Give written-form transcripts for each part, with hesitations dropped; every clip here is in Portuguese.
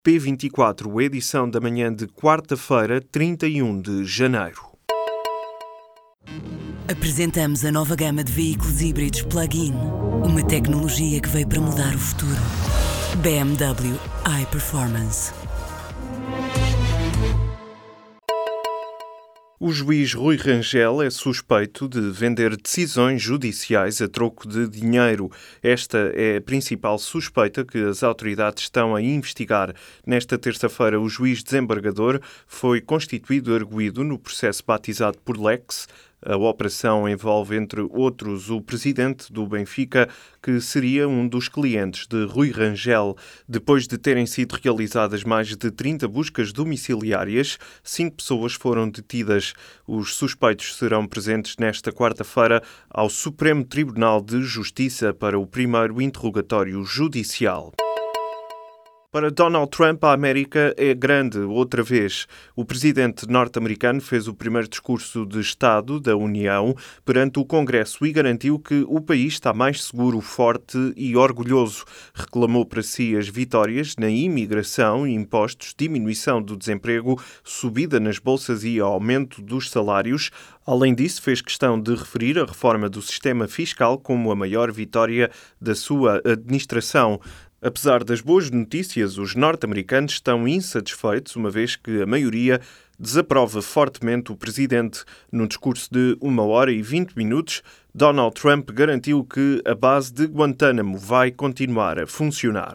P24, edição da manhã de quarta-feira, 31 de janeiro. Apresentamos a nova gama de veículos híbridos plug-in. Uma tecnologia que veio para mudar o futuro. BMW iPerformance. O juiz Rui Rangel é suspeito de vender decisões judiciais a troco de dinheiro. Esta é a principal suspeita que as autoridades estão a investigar. Nesta terça-feira, o juiz desembargador foi constituído arguido no processo batizado por Lex. A operação envolve, entre outros, o presidente do Benfica, que seria um dos clientes de Rui Rangel. Depois de terem sido realizadas mais de 30 buscas domiciliárias, 5 pessoas foram detidas. Os suspeitos serão presentes nesta quarta-feira ao Supremo Tribunal de Justiça para o primeiro interrogatório judicial. Para Donald Trump, a América é grande outra vez. O presidente norte-americano fez o primeiro discurso de Estado da União perante o Congresso e garantiu que o país está mais seguro, forte e orgulhoso. Reclamou para si as vitórias na imigração, impostos, diminuição do desemprego, subida nas bolsas e aumento dos salários. Além disso, fez questão de referir a reforma do sistema fiscal como a maior vitória da sua administração. Apesar das boas notícias, os norte-americanos estão insatisfeitos, uma vez que a maioria desaprova fortemente o presidente. Num discurso de 1h20, Donald Trump garantiu que a base de Guantánamo vai continuar a funcionar.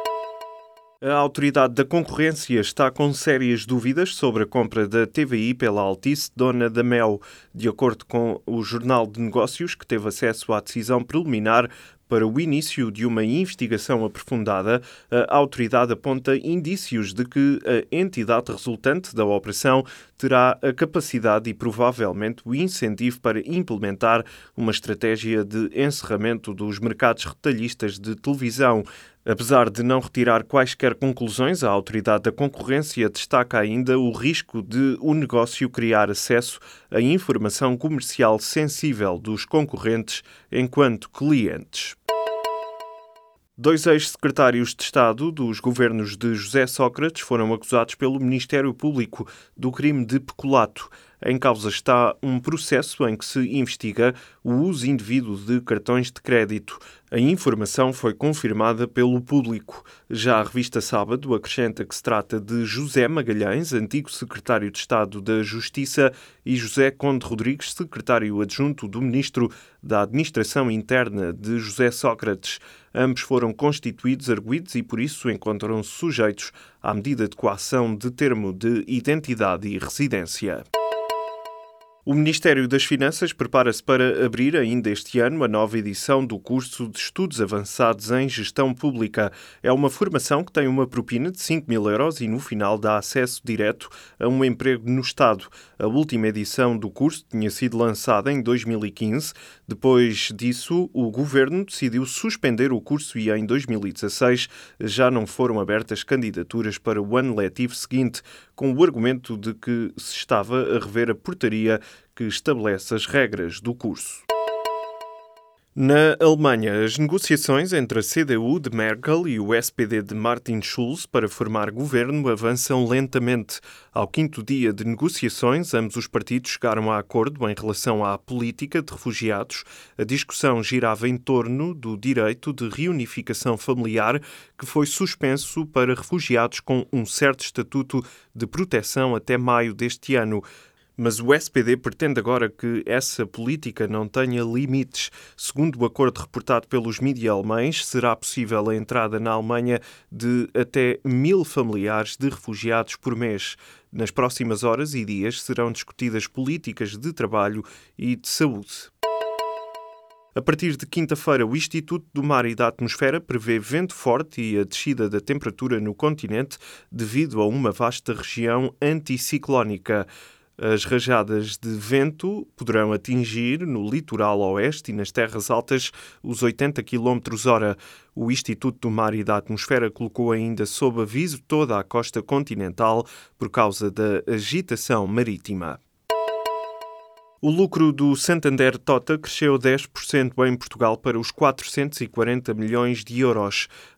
A Autoridade da Concorrência está com sérias dúvidas sobre a compra da TVI pela Altice Dona da Mel. De acordo com o Jornal de Negócios, que teve acesso à decisão preliminar para o início de uma investigação aprofundada, a autoridade aponta indícios de que a entidade resultante da operação terá a capacidade e provavelmente o incentivo para implementar uma estratégia de encerramento dos mercados retalhistas de televisão. Apesar de não retirar quaisquer conclusões, a Autoridade da Concorrência destaca ainda o risco de o negócio criar acesso à informação comercial sensível dos concorrentes enquanto clientes. 2 ex-secretários de Estado dos governos de José Sócrates foram acusados pelo Ministério Público do crime de peculato. Em causa está um processo em que se investiga o uso indevido de cartões de crédito. A informação foi confirmada pelo Público. Já a revista Sábado acrescenta que se trata de José Magalhães, antigo secretário de Estado da Justiça, e José Conde Rodrigues, secretário adjunto do Ministro da Administração Interna de José Sócrates. Ambos foram constituídos arguidos e, por isso, encontram-se sujeitos à medida de coação de termo de identidade e residência. O Ministério das Finanças prepara-se para abrir ainda este ano a nova edição do curso de Estudos Avançados em Gestão Pública. É uma formação que tem uma propina de 5.000 euros e no final dá acesso direto a um emprego no Estado. A última edição do curso tinha sido lançada em 2015. Depois disso, o Governo decidiu suspender o curso e em 2016 já não foram abertas candidaturas para o ano letivo seguinte, com o argumento de que se estava a rever a portaria que estabelece as regras do curso. Na Alemanha, as negociações entre a CDU de Merkel e o SPD de Martin Schulz para formar governo avançam lentamente. Ao 5º dia de negociações, ambos os partidos chegaram a acordo em relação à política de refugiados. A discussão girava em torno do direito de reunificação familiar, que foi suspenso para refugiados com um certo estatuto de proteção até maio deste ano. Mas o SPD pretende agora que essa política não tenha limites. Segundo o acordo reportado pelos mídias alemães, será possível a entrada na Alemanha de até 1.000 familiares de refugiados por mês. Nas próximas horas e dias serão discutidas políticas de trabalho e de saúde. A partir de quinta-feira, o Instituto do Mar e da Atmosfera prevê vento forte e a descida da temperatura no continente devido a uma vasta região anticiclónica. As rajadas de vento poderão atingir no litoral oeste e nas terras altas os 80 km/h. O Instituto do Mar e da Atmosfera colocou ainda sob aviso toda a costa continental por causa da agitação marítima. O lucro do Santander Tota cresceu 10% em Portugal para os 440 milhões de euros.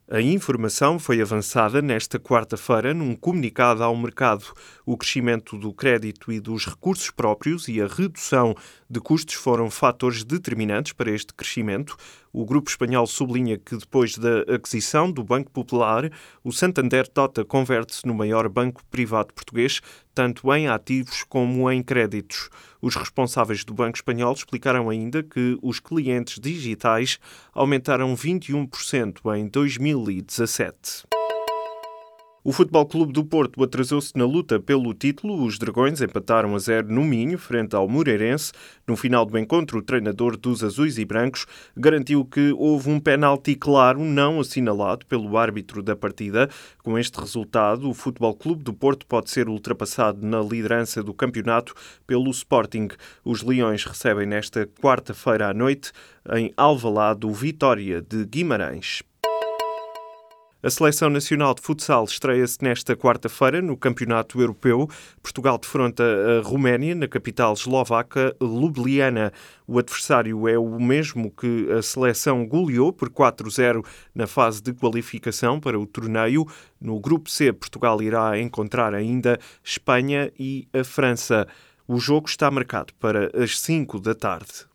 A informação foi avançada nesta quarta-feira num comunicado ao mercado. O crescimento do crédito e dos recursos próprios e a redução de custos foram fatores determinantes para este crescimento. O grupo espanhol sublinha que depois da aquisição do Banco Popular, o Santander Tota converte-se no maior banco privado português, tanto em ativos como em créditos. Os responsáveis do Banco Espanhol explicaram ainda que os clientes digitais aumentaram 21% em 2017. O Futebol Clube do Porto atrasou-se na luta pelo título. Os Dragões empataram a 0 no Minho, frente ao Moreirense. No final do encontro, o treinador dos azuis e brancos garantiu que houve um penalti claro não assinalado pelo árbitro da partida. Com este resultado, o Futebol Clube do Porto pode ser ultrapassado na liderança do campeonato pelo Sporting. Os Leões recebem nesta quarta-feira à noite, em Alvalade, o Vitória de Guimarães. A Seleção Nacional de Futsal estreia-se nesta quarta-feira no Campeonato Europeu. Portugal defronta a Roménia na capital eslovaca, Ljubljana. O adversário é o mesmo que a seleção goleou por 4-0 na fase de qualificação para o torneio. No Grupo C, Portugal irá encontrar ainda Espanha e a França. O jogo está marcado para as 5 da tarde.